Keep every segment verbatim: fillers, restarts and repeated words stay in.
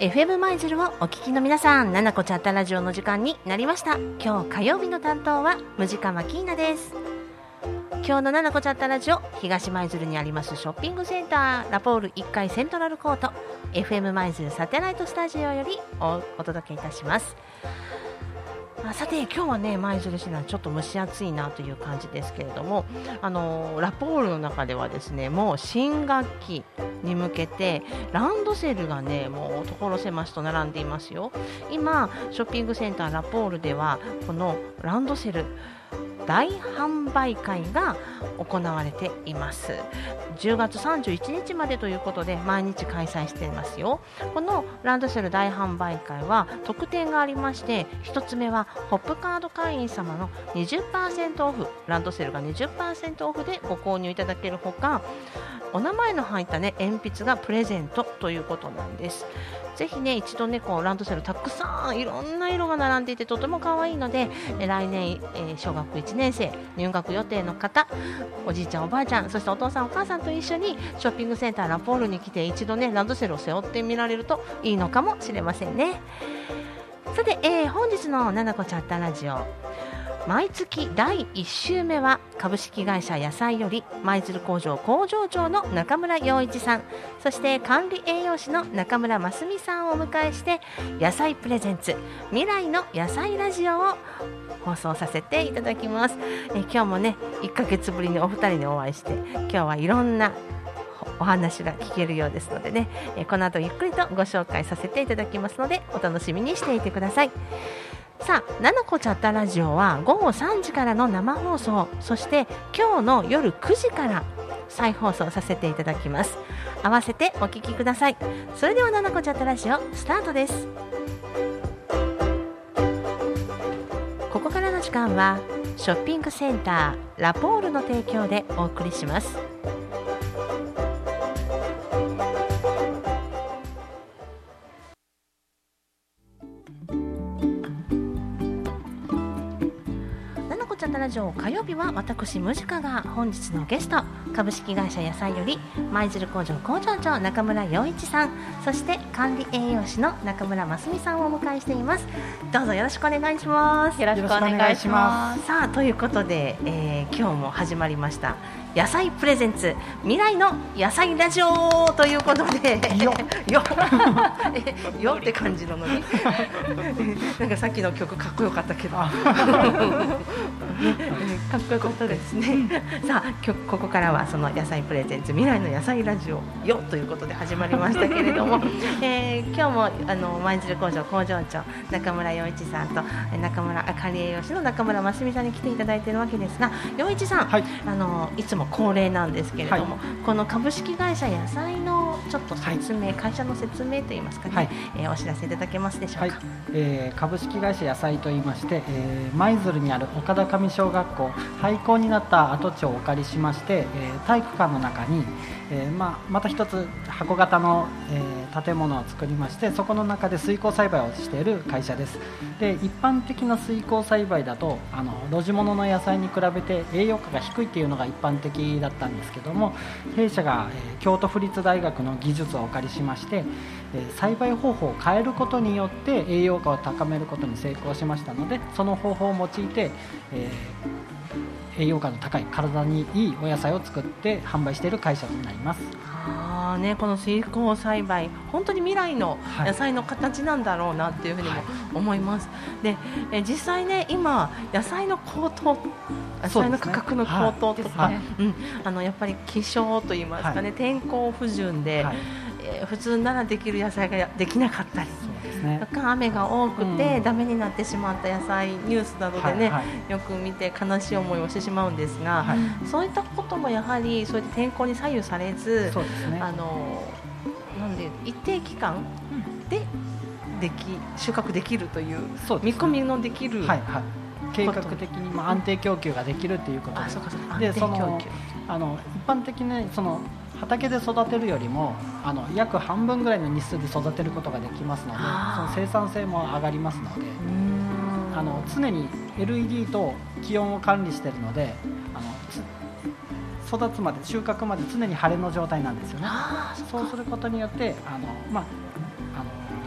エフエム 舞鶴をお聞きの皆さん、ななこチャットラジオの時間になりました。今日火曜日の担当はムジカマキーナです。今日のななこチャットラジオ、東舞鶴にありますショッピングセンターラポールいっかいセントラルコート エフエム 舞鶴サテライトスタジオより お, お届けいたします。さて今日はね、舞鶴市内ちょっと蒸し暑いなという感じですけれども、あのラポールの中ではですね、もう新学期に向けてランドセルがね、もう所狭しと並んでいますよ。今ショッピングセンターラポールではこのランドセル大販売会が行われています。じゅうがつさんじゅういちにちまでということで毎日開催していますよ。このランドセル大販売会は特典がありまして、ひとつめはホップカード会員様の にじゅっパーセント オフ、ランドセルが にじゅっパーセント オフでご購入いただけるほか、お名前の入った、ね、鉛筆がプレゼントということなんです。ぜひね、一度ね、こうランドセルたくさんいろんな色が並んでいてとても可愛いので、え来年、えー、小学いちねん生入学予定の方、おじいちゃんおばあちゃん、そしてお父さんお母さんと一緒にショッピングセンターラポールに来て一度ね、ランドセルを背負ってみられるといいのかもしれませんね。さて、えー、本日のななこチャットラジオ、毎月だいいっ週目は株式会社野菜より舞鶴工場工場長の中村洋一さん、そして管理栄養士の中村真澄さんをお迎えして、野菜プレゼンツ未来の野菜ラジオを放送させていただきます。え今日もね、いっかげつぶりにお二人にお会いして、今日はいろんなお話が聞けるようですのでね、えこの後ゆっくりとご紹介させていただきますので、お楽しみにしていてください。さあ、ななこチャットラジオはごごさんじからの生放送、そして今日の夜くじから再放送させていただきます。合わせてお聞きください。それではななこチャットラジオスタートです。ここからの時間はショッピングセンターラポールの提供でお送りします。ラジオ火曜日は私ムジカが本日のゲスト、株式会社野菜より舞鶴工場工場長中村洋一さん、そして管理栄養士の中村真澄さんをお迎えしています。どうぞよろしくお願いします。 よろしくお願いします。 さあ、ということで、えー、今日も始まりました野菜プレゼンツ未来の野菜ラジオということで、よよよって感じなのになんかさっきの曲かっこよかったけどかっこよかったですね。さあ、今日ここからはその野菜プレゼンツ未来の野菜ラジオよということで始まりましたけれども、えー、今日もあの舞鶴工場工場長中村洋一さんと中村管理栄養士の中村真澄さんに来ていただいているわけですが、洋一さん、はい、あのいつも恒例なんですけれども、はい、この株式会社野菜のちょっと説明、はい、会社の説明といいますかね、はい、えー、お知らせいただけますでしょうか。はい、 えー、株式会社野菜といいまして、えー、舞鶴にある岡田上小学校廃校になった跡地をお借りしまして、えー、体育館の中に、えーまあ、また一つ箱型の、えー、建物を作りまして、そこの中で水耕栽培をしている会社です。で、一般的な水耕栽培だとあの露地物の野菜に比べて栄養価が低いっていうのが一般的だったんですけども、弊社が、えー、京都府立大学の技術をお借りしまして、えー、栽培方法を変えることによって栄養価を高めることに成功しましたので、その方法を用いて、えー栄養価の高い体にいいお野菜を作って販売している会社となります。 あ、ね、この水耕栽培、本当に未来の野菜の形なんだろうなっていうふうにも思います。はい、でえ実際ね、今野菜の高騰、野菜の価格の高騰とか、はい、うん、あのやっぱり気象といいますかね、はい、天候不順で、はい、えー、普通ならできる野菜ができなかったり、とか雨が多くてダメになってしまった野菜、ニュースなどでね、はいはい、よく見て悲しい思いをしてしまうんですが、はい、そういったこともやはりそういった天候に左右されず、そうですね、あのなんで一定期間ででき収穫できるという、そうですね、見込みのできる、はいはい、 計画的にまあ安定供給ができるということで、あ、そうかそうか、でそのあの一般的にその畑で育てるよりもあの約半分ぐらいの日数で育てることができますので、その生産性も上がりますので、あの常に エルイーディー と気温を管理しているので、あの育つまで収穫まで常に晴れの状態なんですよね。そうすることによってあの、まあ、あの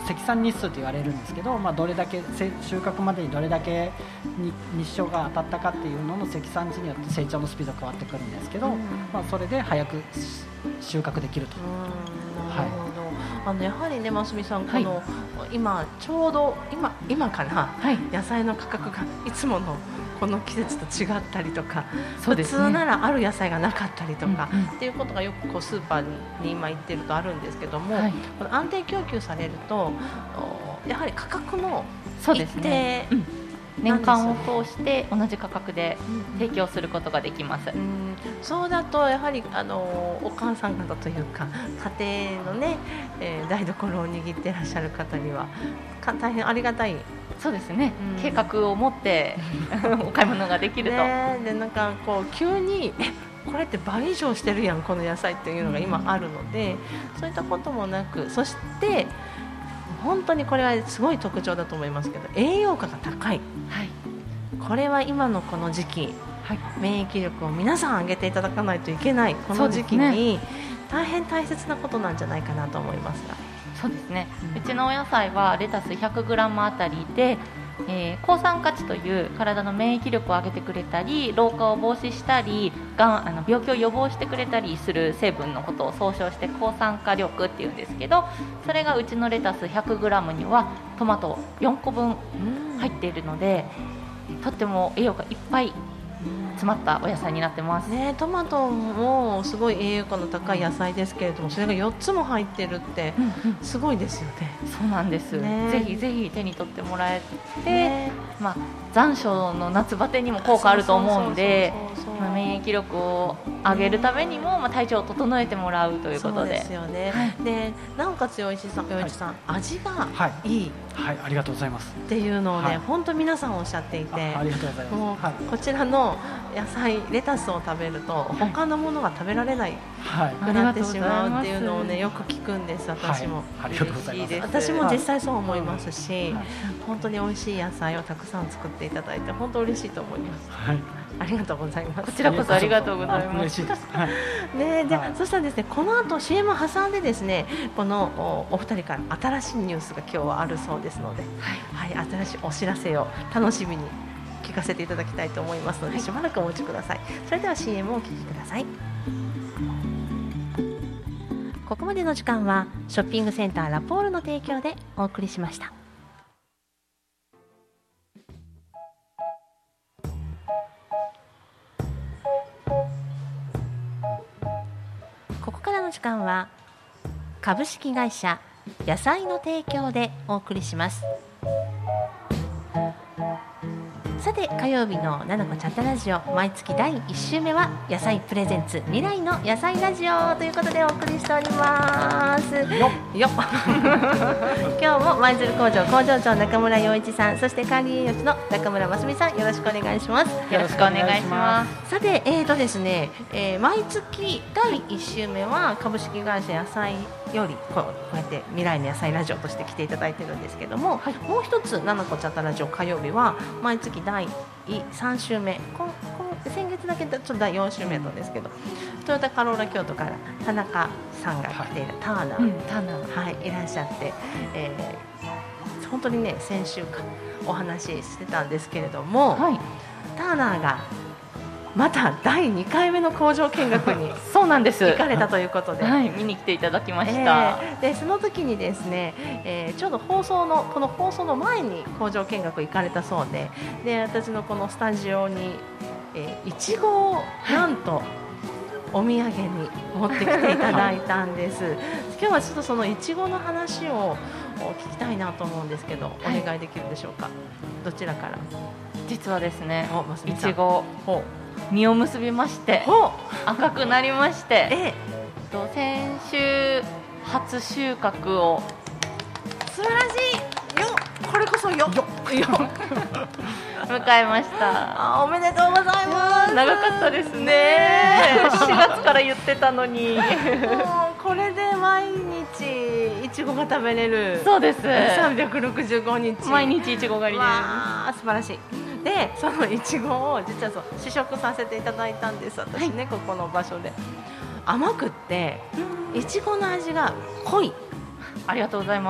積算日数と言われるんですけど、まあ、どれだけ収穫までにどれだけに日照が当たったかっていうのの積算値によって成長のスピード変わってくるんですけど、うん、まあ、それで早く収穫できると。 うん、なるほど。はい、あのやはりね、ますみさん、この、はい、今ちょうど今今かな、はい、野菜の価格がいつものこの季節と違ったりとか、そうですね、普通ならある野菜がなかったりとか、うんうん、っていうことがよくこうスーパーに今行ってるとあるんですけども、はい、この安定供給されるとやはり価格も一定、 うん、年間を通して同じ価格で提供することができます。 うん、そうだとやはりあのお母さん方というか家庭のね、えー、台所を握っていらっしゃる方には大変ありがたい。 そうですね、うん、計画を持ってお買い物ができると、 ね、でなんかこう急にえこれって倍以上してるやんこの野菜っていうのが今あるので、うん、そういったこともなく、そして本当にこれはすごい特徴だと思いますけど栄養価が高い、はい、これは今のこの時期、はい、免疫力を皆さん上げていただかないといけないこの時期に大変大切なことなんじゃないかなと思いますが。 そうですね、うちのお野菜はレタス ひゃくグラム あたりで、えー、抗酸化値という体の免疫力を上げてくれたり老化を防止したりがんあの病気を予防してくれたりする成分のことを総称して抗酸化力っていうんですけど、それがうちのレタス ひゃくグラム にはトマトよんこぶん入っているので、とっても栄養がいっぱい詰まったお野菜になってます、 ね、トマトもすごい栄養価の高い野菜ですけれども、それがよっつも入ってるってすごいですよね。 うんうん、そうなんです、ね、ぜひぜひ手に取ってもらえて、ね、まあ、残暑の夏バテにも効果あると思うんで、免疫力を上げるためにも、まあ、体調を整えてもらうということで。そうですよね、はい、 でなおかつ陽一さん、陽一さん、はい、味がいい、 はいはい、ありがとうございますっていうのをね、はい、本当皆さんおっしゃっていて、 あ, ありがとうございます。 もう、はい、こちらの野菜レタスを食べると他のものが食べられないくなってしまうっていうのをねよく聞くんです。私も、 はい、ありがとうございます。 私も実際そう思いますし、はい、本当に美味しい野菜をたくさん作っていただいて本当嬉しいと思います、はい、ありがとうございます。 こちらこそありがとうございます。 嬉しいです、はい、 ね、で、はい、そしたらですね、この後 シーエム 挟んでですね、この お, お二人から新しいニュースが今日はあるそうですので、はいはい、新しいお知らせを楽しみに聞かせていただきたいと思いますので、はい、しばらくお待ちください。それでは シーエム をお聞きください。ここまでの時間はショッピングセンターラポールの提供でお送りしました。ここからの時間は株式会社野菜の提供でお送りします。さて火曜日のななこチャットラジオ、毎月だいいっ週目は野菜プレゼンツ未来の野菜ラジオということでお送りしておりますよよ今日も舞鶴工場工場長中村陽一さん、そして管理栄養士の中村真澄さん、よろしくお願いします。 よろしくお願いします。 さて、えーとですね、えー、毎月だいいっ週目は株式会社野菜よりこう、こうやって未来の野菜ラジオとして来ていただいてるんですけども、はい、もう一つななこチャットラジオ火曜日は毎月だいさん週目、ここ先月だけちょっとだいよん週目なんですけど、トヨタカローラ京都から田中さんが来ている、はい、ターナー、うん、ターナー、はい、いらっしゃって、えー、本当にね先週かお話ししてたんですけれども、はい、ターナーがまただいにかいめの工場見学にそうなんです行かれたということで、 はい、見に来ていただきました、 えー、でその時にですね、えー、ちょうど放送のこの放送の前に工場見学行かれたそうで、で私のこのスタジオに、えー、いちごをなんとお土産に持ってきていただいたんです今日はちょっとそのいちごの話を聞きたいなと思うんですけど、お願いできるでしょうか、はい、どちらから。 実はですね、いちご実を結びまして赤くなりまして、ええ、先週初収穫を。 素晴らしいよ、これこそよよ迎えました。 あ、おめでとうございます。 長かったですねしがつから言ってたのにもうこれで毎日いちごが食べれる。 そうです、 さんびゃくろくじゅうごにち毎日いちご狩りです。 わー、素晴らしい。でそのいちごを実はそう試食させていただいたんです私ね、はい、ここの場所で。甘くっていちごの味が濃い。 ありがとうございます。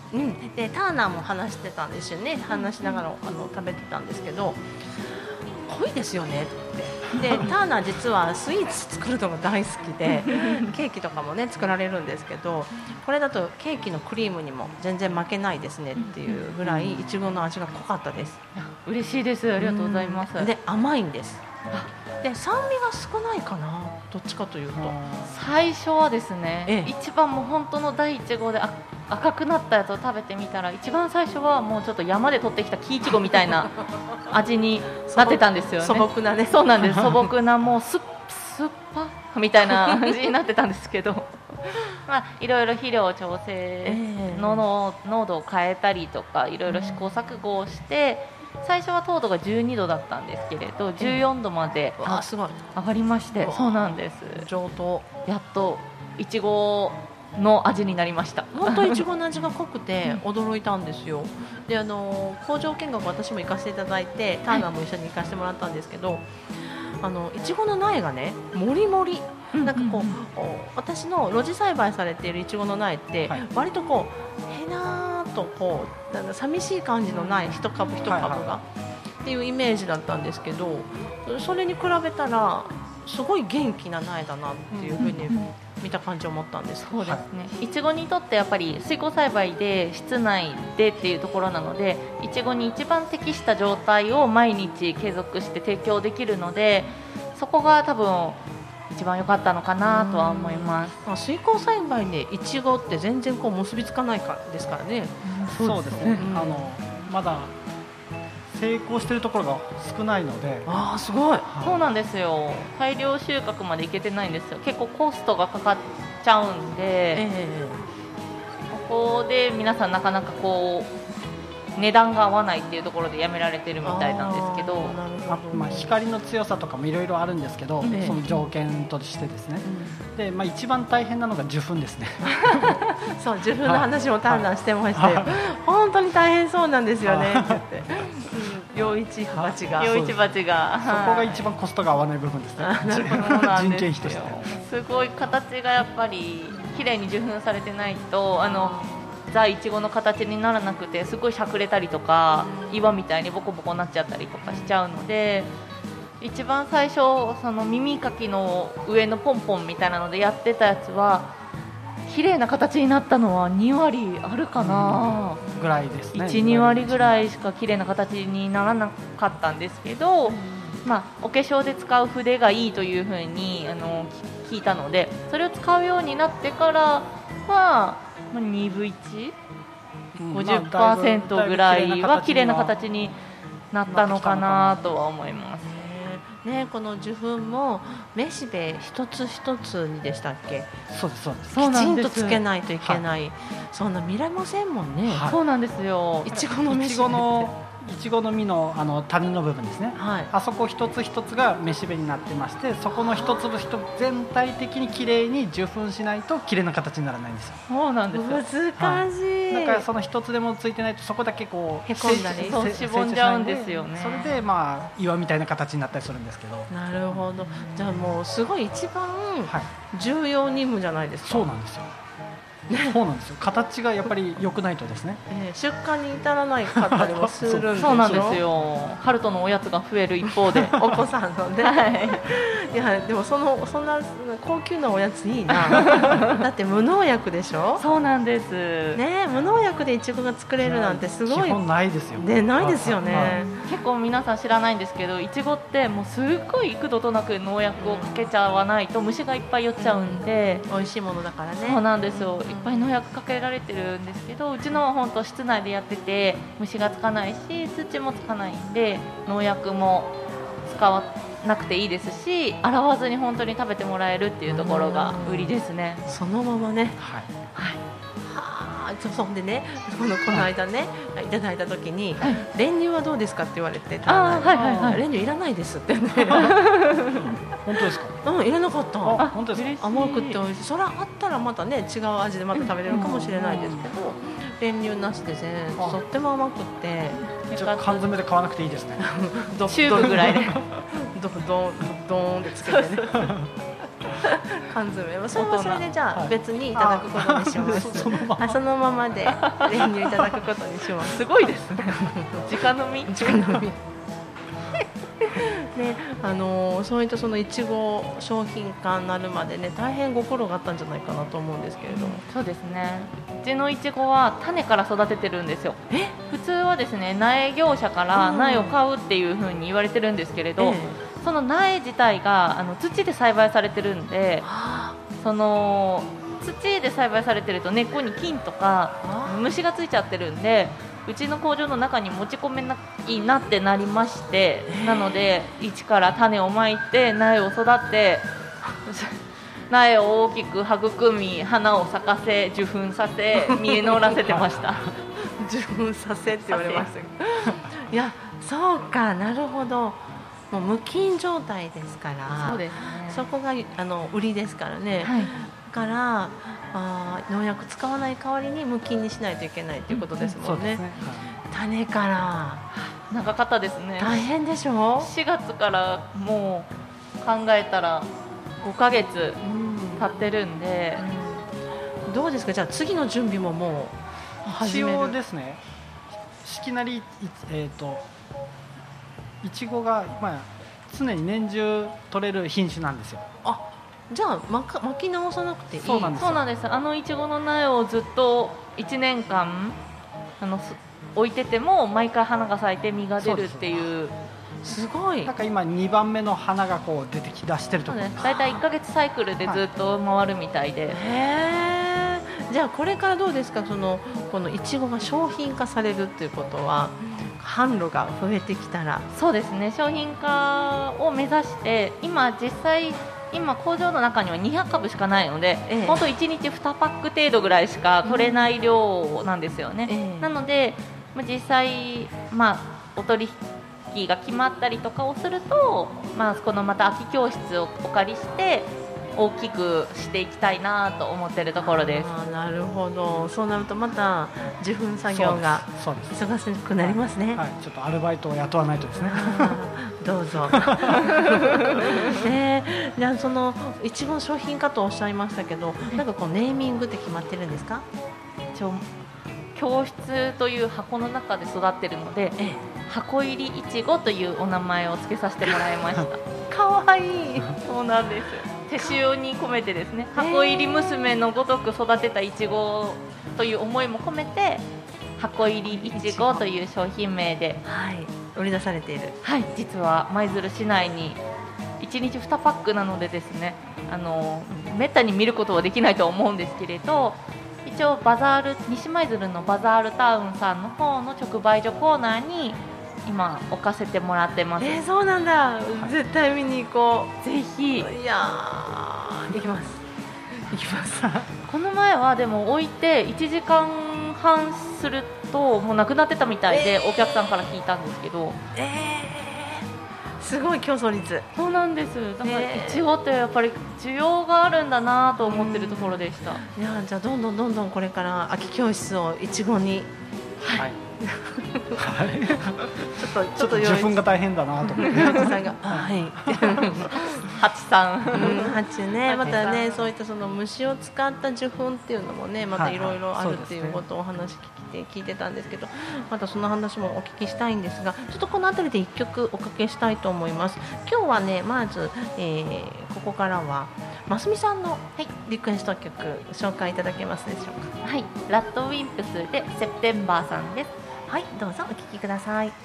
うん、でターナーも話してたんですよね。話しながらあの食べてたんですけど、濃いですよねってでターナー実はスイーツ作るのが大好きでケーキとかもね作られるんですけど、これだとケーキのクリームにも全然負けないですねっていうぐらいいちごの味が濃かったです。 嬉しいです。ありがとうございます。 で甘いんです。で酸味が少ないかな、どっちかというと。 最初はですね、 ええ、 一番もう本当の第一号で赤くなったやつを食べてみたら、一番最初はもうちょっと山で取ってきた木いちごみたいな味になってたんですよね。 素朴なね。 そうなんです。素朴なもうすっすっぱみたいな味になってたんですけどまあいろいろ肥料調整の濃度を変えたりとかいろいろ試行錯誤をして、最初は糖度がじゅうにどだったんですけれどじゅうよんどまで上がりまして、そうなんです。 上等。 やっといちごの味になりました。 本当いちごの味が濃くて驚いたんですよ。であの工場見学私も行かせていただいて、ターナーも一緒に行かせてもらったんですけど、あのいちごの苗がねもりもり、なんかこう、私の露地栽培されているいちごの苗って割とこうへなーっとこうなんか寂しい感じの苗一株一株がっていうイメージだったんですけど、それに比べたらすごい元気な苗だなっていうふうに見た感じを思ったんです。 そうですね。いちごにとってやっぱり水耕栽培で室内でっていうところなので、いちごに一番適した状態を毎日継続して提供できるので、そこが多分一番良かったのかなとは思います。 まあ、水耕栽培でいちごって全然こう結びつかないかですからね。 うん、そうですね、うん、あのまだ成功しているところが少ないので。 あーすごい。 そうなんですよ。大量収穫までいけてないんですよ。結構コストがかかっちゃうんで、えー、ここで皆さんなかなかこう値段が合わないっていうところでやめられてるみたいなんですけど、 あまあ、光の強さとかもいろいろあるんですけど、ええ、その条件としてですね、うん、でまあ、一番大変なのが受粉ですねそう受粉の話もターンタンしてましたよ、はい、本当に大変そうなんですよねって言って、うん、陽一鉢が陽一鉢がそこが一番コストが合わない部分ですね人件費としてすごい形がやっぱり綺麗に受粉されてないとあのザイチゴの形にならなくてすごいしゃくれたりとか岩みたいにボコボコになっちゃったりとかしちゃうので、一番最初その耳かきの上のポンポンみたいなのでやってたやつは綺麗な形になったのはにわりあるかな、 うん、ぐらいですね。 いち、にわりぐらいしか綺麗な形にならなかったんですけど、まあ、お化粧で使う筆がいいというふうにあの聞いたので、それを使うようになってからはにぶいち、ごじゅっパーセント ぐらいは綺麗な形になったのかなとは思いますね。この受粉もめしべ一つ一つにでしたっけ。 そうですそうです。 きちんとつけないといけない、はい、そんな見れませんもんね、 はい、そうなんですよ。 いちごのめしべっていちごの実 の, あの種の部分ですね、はい、あそこ一つ一つがめしべになってまして、そこの一粒一粒全体的にきれいに受粉しないときれいな形にならないんですよ。 そうなんですよ。 難しい、はい、 だからその一つでもついてないとそこだけこうへこんだりそうしぼんじゃうんですよね。 それでまあ岩みたいな形になったりするんですけど。 なるほど。じゃあもうすごい一番重要任務じゃないですか。 そうなんですよそうなんですよ。形がやっぱり良くないとですね、 えー、出荷に至らないかったりもするんですよそうなんですよ。ハルトのおやつが増える一方でお子さんのね、はい、いやでもそのそんな高級なおやついいなだって無農薬でしょ。 そうなんです、 ね、無農薬でイチゴが作れるなんてすごい基本ないですよね。ないですよね。 結構皆さん知らないんですけど、イチゴってもうすっごい幾度となく農薬をかけちゃわないと虫がいっぱい寄っちゃうんで、 美味しいものだからね。 そうなんですよ。いっぱい農薬かけられてるんですけど、うちのは本当室内でやってて虫がつかないし土もつかないんで農薬も使わなくていいですし、洗わずに本当に食べてもらえるっていうところが売りですね。 そのままね、 はい、 はい、はあ、そんでね、このこの間ね、はい、いただいた時に、はい、練乳はどうですかって言われて、 あ、はいはいはい、 練乳いらないですってね本当ですか。 うん、いらなかった。 あ、本当ですか。 甘くて美味しい。それあったらまたね違う味でまた食べれるかもしれないですけど、練乳なしで全然とっても甘くて、 ちょっと缶詰で買わなくていいですねチューブぐらいでドドドドーンってつけてね缶詰、それはそれでじゃあはい別にいただくことにします。 あそのままあそのままで練乳いただくことにします。 すごいですね。直飲み。 直飲みね、あのー、そういったそのいちご商品化になるまでね、大変ご苦労があったんじゃないかなと思うんですけれども。 そうですね。うちのいちごは種から育ててるんですよ。 え、 普通はですね、苗業者からうん苗を買うっていう風に言われてるんですけれど、 ええその苗自体があの土で栽培されてるんで、 はその土で栽培されてると根っこに菌とかあ虫がついちゃってるんで、うちの工場の中に持ち込めないなってなりまして、なので一から種をまいて苗を育て、苗を大きく育み、花を咲かせ、受粉させ、実へ乗らせてました。 受粉させって言われましたけどいや、そうか、なるほど。もう無菌状態ですから、 そうですね。 そこがあの売りですからね、 はい。 だからあ農薬使わない代わりに無菌にしないといけないということですもね。 そうんですね。 種から長かったですね。 大変でしょしがつからもう考えたらごかげつう、うん経ってるんで、 うんどうですか、じゃあ次の準備ももう始一める。 応ですね、いきなりいえっ、といちごがまあ常に年中取れる品種なんですよ。 あ、じゃあ巻か巻き直さなくていい。 そうなんですそうなんです。あのいちごの苗をずっといちねんかんあのす置いてても毎回花が咲いて実が出るっていう。 すごい。 なんか今にばんめの花がこう出てきだしてるところ。 そうです。だいたいいっかげつサイクルでずっと回るみたいで、 へえ。じゃあこれからどうですか、そのこのいちごが商品化されるっていうことは販路が増えてきたら。 そうですね。商品化を目指して今実際今工場の中にはにひゃくかぶしかないので、 ええ本当いちにちにパック程度ぐらいしか取れない量なんですよね。 ええなので、まあ、実際、まあ、お取引が決まったりとかをすると、まあ、このまた空き教室をお借りして大きくしていきたいなと思っているところです。 あー、なるほど。そうなるとまた受粉作業がそうです。そうです忙しくなりますね。 はい、ちょっとアルバイトを雇わないとですね。 あーどうぞ。えー、じゃあそのいちご商品化とおっしゃいましたけど、なんかこうネーミングって決まってるんですか？ 一応教室という箱の中で育っているので、 ええ、 箱入りいちごというお名前を付けさせてもらいました。 かわいい。 そうなんです。手塩に込めてですね、箱入り娘のごとく育てたいちごという思いも込めて、箱入りいちごという商品名で、 はい、売り出されている。 はい、実は舞鶴市内にいちにちにパックなのでですね、あのめったに見ることはできないと思うんですけれど、一応バザール西舞鶴のバザールタウンさんの方の直売所コーナーに今置かせてもらってます。 えー、そうなんだ。絶対見に行こぜひ。 う。いやー、行きます。行きます。 この前はでも置いていちじかんはんするともうなくなってたみたいで、 えーお客さんから聞いたんですけど。 えー、すごい競争率。 そうなんです。だからえーいちごってやっぱり需要があるんだなと思ってるところでした。 いやー、じゃあどんどんどんどんこれから空き教室をいちごにはい。はい。 ちょっとちょっと受粉が大変だなと思って。 洋一さんがはい。 ハチさん。 うん、蜂ね、またね、 蜂さんそういったその虫を使った受粉っていうのもね、またいろいろあるっていうことをお話聞いて聞いてたんですけど、またその話もお聞きしたいんですが、ちょっとこのあたりでいっきょくおかけしたいと思います。今日はね、まず、えー、ここからはますみさんのリクエスト曲紹介いただけますでしょうか。 はい、ラッドウィンプスでセプテンバーさんです。 はい、どうぞお聞きください。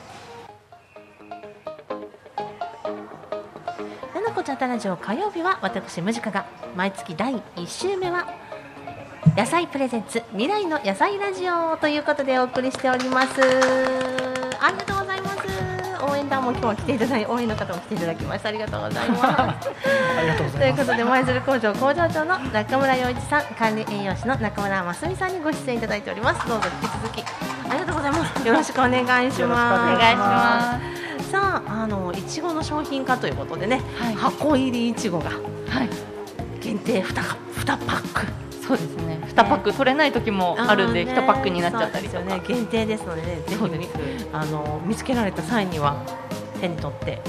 ななこちゃんたラジオ火曜日は私ムジカが毎月だいいっ週目は野菜プレゼンツ未来の野菜ラジオということでお送りしております。ありがとうございます。応援団も今日は来ていただい応援の方も来ていただきました。ありがとうございますありがとうございます。 ということで舞鶴工場工場長の中村洋一さん、管理栄養士の中村真澄さんにご出演いただいております。どうぞ引き続きありがとうございます。よろしくお願いしよろしくおます。 お願いしまさあ、あのいちごの商品化ということでね、 はい箱入りいちごがす。はい、 限定 に, かにパックそうですね。にパック取れない時もあるんで、いちパックになっちゃったりとか。 そうですよね、限定ですのでね、ぜそうですひあの見つけられた際には手に取ってぜ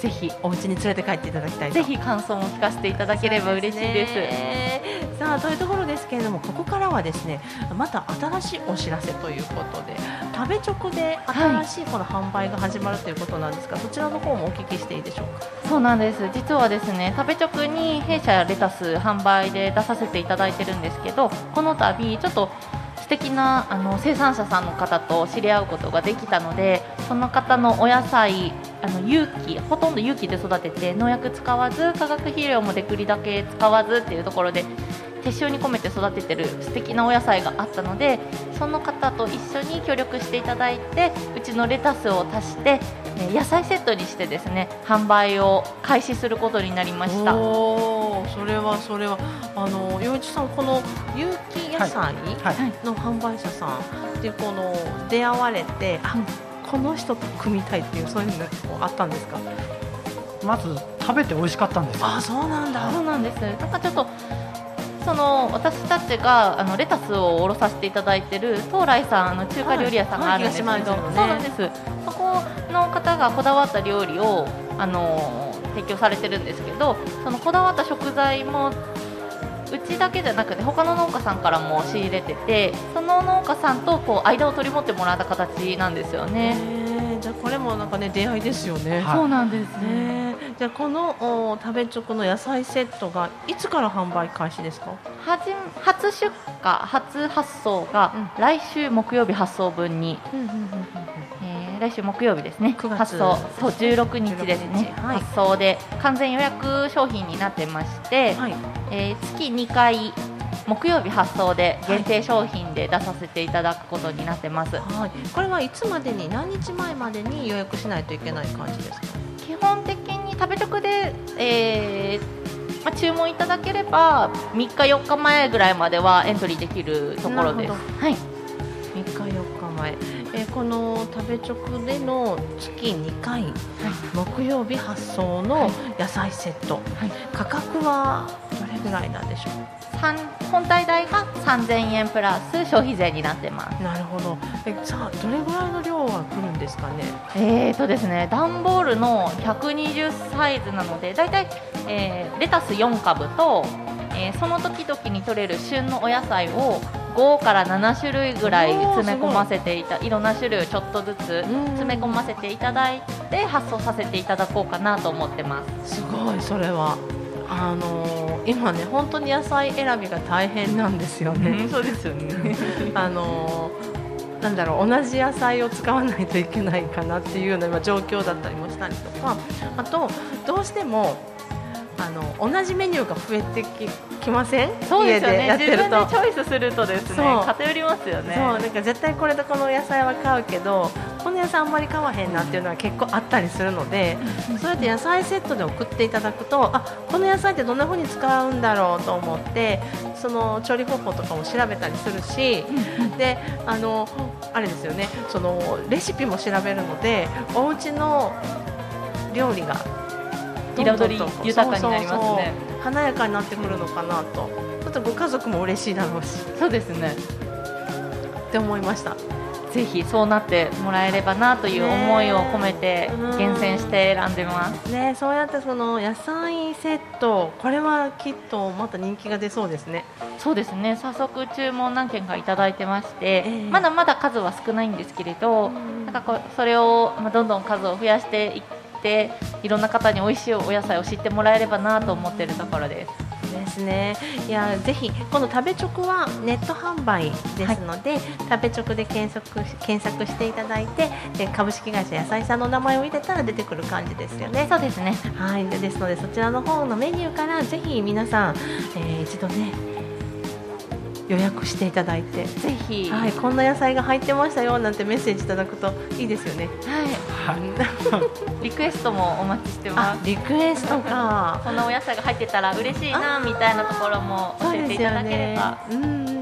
ぜひお家に連れて帰っていただきたいと。 ぜひ感想も聞かせていただければ嬉しいです。 ですね。さあというところですけれども、ここからはですねまた新しいお知らせということで、食べチョクで新しいこの販売が始まるということなんですが、はい、そちらの方もお聞きしていいでしょうか。 そうなんです。実はですね食べチョクに弊社レタス販売で出させていただいてるんですけど、この度ちょっと素敵なあの生産者さんの方と知り合うことができたので、その方のお野菜あの有機ほとんど有機で育てて農薬使わず化学肥料もできるだけ使わずっていうところで手塩に込めて育ててる素敵なお野菜があったので、その方と一緒に協力していただいてうちのレタスを足して野菜セットにしてですね販売を開始することになりました。 おー、それはそれはあの陽一さん、この有機野菜の販売者さんでこの出会われて、あ、この人と組みたいっていうそういうのがあったんですか。 まず食べて美味しかったんですよ。 あ、そうなんだ。 そうなんです。なんかちょっとその私たちがあのレタスを卸させていただいている東来さんの中華料理屋さんがあるんですけど、 はいはい、 そうなんです。そこの方がこだわった料理をあの提供されてるんですけど、そのこだわった食材もうちだけじゃなくて他の農家さんからも仕入れてて、その農家さんとこう間を取り持ってもらった形なんですよね。 じゃあこれもなんかね出会いですよね。 はい、そうなんですね。じゃあこの食べチョクの野菜セットがいつから販売開始ですか。 はじ初出荷初発送が来週木曜日発送分に、うんうんうんうん、えー、来週木曜日ですね。 くがつ発送そうじゅうろくにちですね、 はい、 発送で完全予約商品になってまして、はい、えー、月にかい木曜日発送で限定商品で出させていただくことになってます。 はい、これはいつまでに何日前までに予約しないといけない感じですか。 基本的に食べチョクで、えーまあ、注文いただければみっかよっかまえぐらいまではエントリーできるところです。はい、 みっかよっかまえ、えー、この食べチョクでの月にかい、はい、木曜日発送の野菜セット、はい、価格はどれぐらいなんでしょう。 本体代がさんぜんえんプラス消費税になってます。 なるほど。えさあどれぐらいの量は来るんですかね。 えーとですね段ボールのひゃくにじゅうサイズなのでだいたい、えー、レタスよんかぶと、えー、その時々に取れる旬のお野菜をごからななしゅるいぐらい詰め込ませていたいろんな種類をちょっとずつ詰め込ませていただいて発送させていただこうかなと思ってます。 すごい。それはあのー、今ね本当に野菜選びが大変なんですよね。 うん、そうですよねあのー、なんだろう同じ野菜を使わないといけないかなっていうような今状況だったりもしたりとか、あとどうしてもあの同じメニューが増えて き, きません。 そうですよね。 家でやってると自分でチョイスするとですね偏りますよね。 そうなんか絶対これとこの野菜は買うけどこの野菜あんまり買わへんなっていうのは結構あったりするので、そうやって野菜セットで送っていただくと、あこの野菜ってどんな風に使うんだろうと思ってその調理方法とかも調べたりするし、であのあれですよね、そのレシピも調べるのでお家の料理が彩り豊かになりますね。そうそうそう華やかになってくるのかなと、ちょっとご家族も嬉しいだろうし。 そうですねって思いました。 ぜひそうなってもらえればなという思いを込めて厳選して選んでます、 ね、そうやってその野菜セット、これはきっとまた人気が出そうですね。 そうですね、早速注文何件かいただいてまして、えー、まだまだ数は少ないんですけれど、なんかこうそれを、まあ、どんどん数を増やしていっていろんな方に美味しいお野菜を知ってもらえればなと思っているところです。 ですね。いやぜひこの食べチョクはネット販売ですので、はい、食べチョクで検索検索していただいて、で株式会社野菜さんの名前を入れたら出てくる感じですよね。 そうですね。 はい。ですのでそちらの方のメニューからぜひ皆さん、えー、一度ね予約していただいて、 ぜひ、 はい、こんな野菜が入ってましたよなんてメッセージいただくといいですよね。 はい、リクエストもお待ちしてます。 リクエストかこんなお野菜が入ってたら嬉しいなみたいなところも教えていただければ。 うん、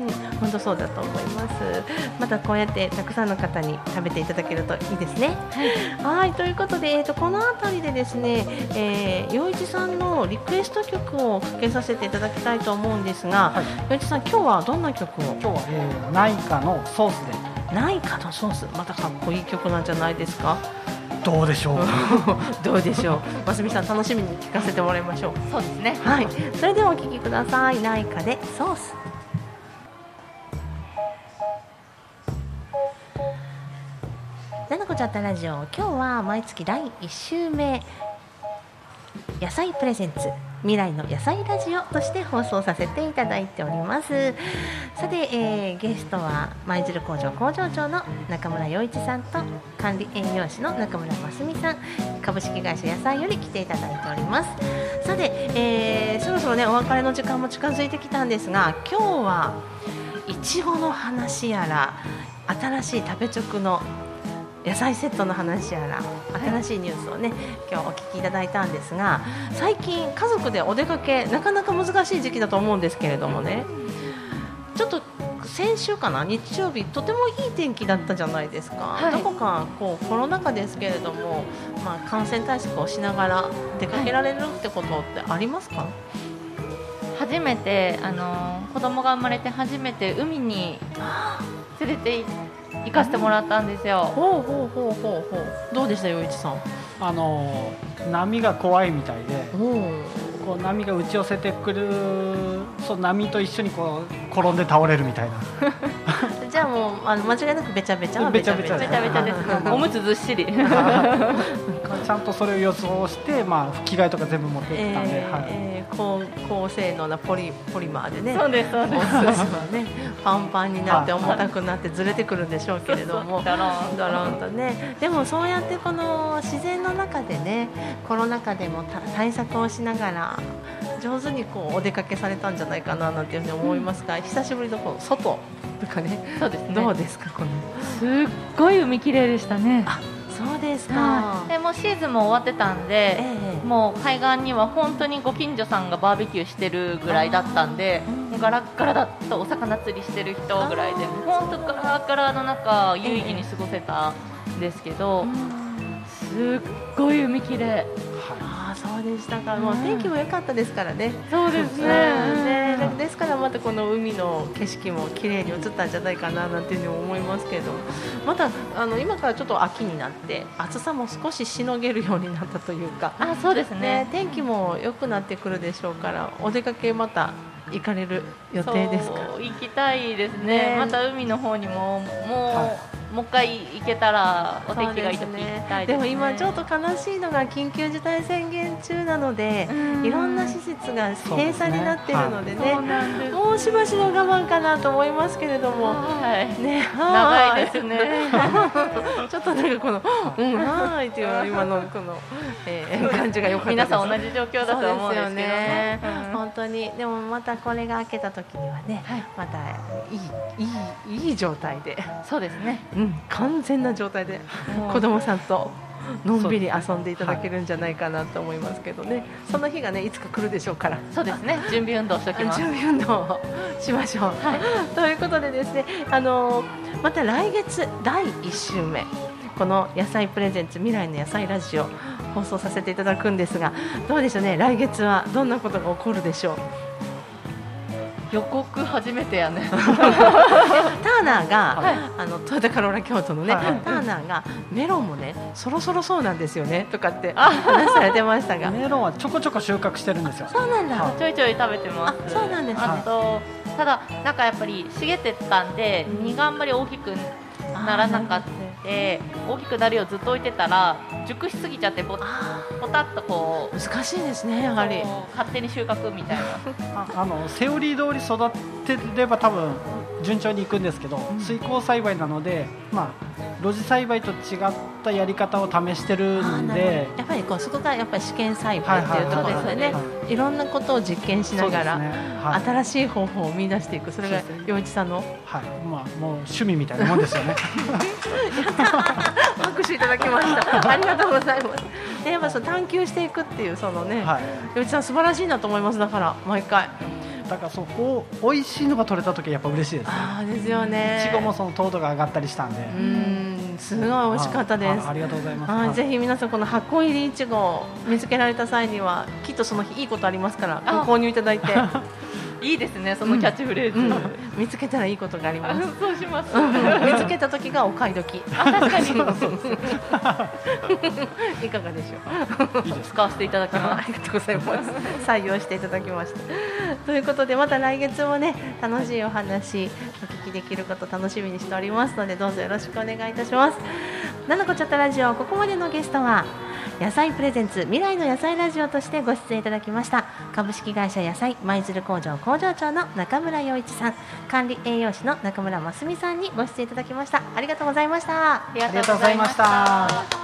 本当そうだと思います。またこうやってたくさんの方に食べていただけるといいですね。はい、はいということで、えー、とこのあたりでですね、えー、陽一さんのリクエスト曲をかけさせていただきたいと思うんですが、はい、陽一さん今日はどんな曲を。 今日は、えー、ナイカのソースで。 ナイカのソース、またかっこいい曲なんじゃないですか。 どうでしょうどうでしょう。ますみさん、楽しみに聞かせてもらいましょう。 そうですね。 はい、それではお聞きください。内科でソース。ななこちゃったラジオ、今日は毎月だいいっ週目、野菜プレゼンツ未来の野菜ラジオとして放送させていただいております。さて、えー、ゲストは舞鶴工場工場長の中村洋一さんと管理栄養士の中村真澄さん、株式会社野菜より来ていただいております。さて、えー、そろそろねお別れの時間も近づいてきたんですが、今日はいちごの話やら新しい食べチョクの野菜セットの話やら新しいニュースをね今日お聞きいただいたんですが、最近家族でお出かけなかなか難しい時期だと思うんですけれどもね、ちょっと先週かな、日曜日とてもいい天気だったじゃないですか、はい、どこかこうコロナ禍ですけれども、まあ、感染対策をしながら出かけられるってことってありますか？はい、 初めてあの子供が生まれて初めて海に連れて行って行かせてもらったんですよ。 ほうほうほうほうほう。どうでした洋一さん？ あの波が怖いみたいで、こう波が打ち寄せてくる、そう波と一緒にこう転んで倒れるみたいな。 じゃあもうあの間違いなくべちゃべちゃはべちゃべちゃべちゃべちゃです。おむつずっしり。 ちゃんとそれを予想して、まあ吹き替えとか全部持って行ったんで、 えーはいえー、高, 高性能なポリポリマーでね。 そうですそうです。 お寿司はねパンパンになって重たくなってずれてくるんでしょうけれども、 ドロンドロンとね。でもそうやってこの自然の中でね、コロナ禍でも対策をしながら上手にこうお出かけされたんじゃないかななんていうふうに思いますが、うん、久しぶりのこう外とかね。 そうですね。 どうですかこの。 すっごい海綺麗でしたね。 あ、そうですか。 でもうシーズンも終わってたんで、 ええ、 もう海岸には本当にご近所さんがバーベキューしてるぐらいだったんで、もうガラッガラだとお魚釣りしてる人ぐらいで、本当ガラッガラの中有意義に過ごせたんですけど、ええ、すっごい海綺麗。 あ、そうでしたか。もう天気も良かったですからね。 そうですね。 ね、ですからまたこの海の景色も綺麗に映ったんじゃないかななんていうふうに思いますけれども、またあの今からちょっと秋になって暑さも少ししのげるようになったというか、 あ、そうですね。 ね、天気も良くなってくるでしょうから、お出かけまた行かれる予定ですか？ そう、行きたいですね。ね、また海の方にももう、はい、もう一回行けたらお天気がいいとき行きたいですね。 でも今ちょっと悲しいのが緊急事態宣言中なので、いろんな施設が閉鎖になっているのでね、はい、もうしばしの我慢かなと思いますけれども、 はいね、 長いですね。 ちょっとなんかこのうんはいっていう今のこの、えー、感じが良かったです。 皆さん同じ状況だと思うんですけどね。 うん、本当に。でもまたこれが明けた時にはね、はい、またいいいいいい状態で、 そうですね。 うん、完全な状態で子供さんとのんびり遊んでいただけるんじゃないかなと思いますけどね、はい、その日がねいつか来るでしょうから。 そうですね。準備運動しておきます。 準備運動をしましょう、はい、ということでですね、あのまた来月だいいっ週目、この野菜プレゼンツ未来の野菜ラジオ放送させていただくんですが、どうでしょうね、来月はどんなことが起こるでしょう。 予告初めてやね。ターナーが、はい、あのトヨタカローラ京都のね、はい、ターナーがメロンもねそろそろそうなんですよねとかって話されてましたが、 メロンはちょこちょこ収穫してるんですよ。 そうなんだ、 はい、ちょいちょい食べてます。 あ、そうなんですね。 あとただなんかやっぱり茂ってたんで、うん、実があんまり大きくならなかった。大きくなるようずっと置いてたら熟しすぎちゃってポポタッとこう難しいですね、やはり勝手に収穫みたいな。 ああのセオリー通り育てれば多分順調にいくんですけど、うん、水耕栽培なので、まあ、露地栽培と違ったやり方を試してるんで、 やっぱりこうそこがやっぱり試験栽培っていうところでね、いろんなことを実験しながら、ね、はい、新しい方法を見出していく、それが洋一さんの、 はい、まあ、もう趣味みたいなもんですよね。 拍手いただきました。ありがとうございます。でやっぱその探求していくっていうそのね、はい、洋一さん素晴らしいなと思います。だから毎回。 だからそこ美味しいのが取れた時はやっぱ嬉しいですね。 あですよね。 いちごもその糖度が上がったりしたんで、 うん、すごい美味しかったです。 あ, あ, ありがとうございます。 あ、ぜひ皆さんこの箱入りいちごを見つけられた際にはきっとその日いいことありますからご購入いただいて。 いいですね、そのキャッチフレーズ。 うんうん、見つけたらいいことがあります。 そうします。 見つけた時がお買い時。 あ、確かに。 そうそうそういかがでしょう。 いいです。使わせていただきます。 ありがとうございます。採用していただきました。ということでまた来月もね楽しいお話お聞きできること楽しみにしておりますのでどうぞよろしくお願いいたします。ななこちゃったラジオ、ここまでのゲストは野菜プレゼンツ未来の野菜ラジオとしてご出演いただきました株式会社野菜舞鶴工場工場長の中村洋一さん、管理栄養士の中村真澄さんにご出演いただきました。ありがとうございました。 ありがとうございました。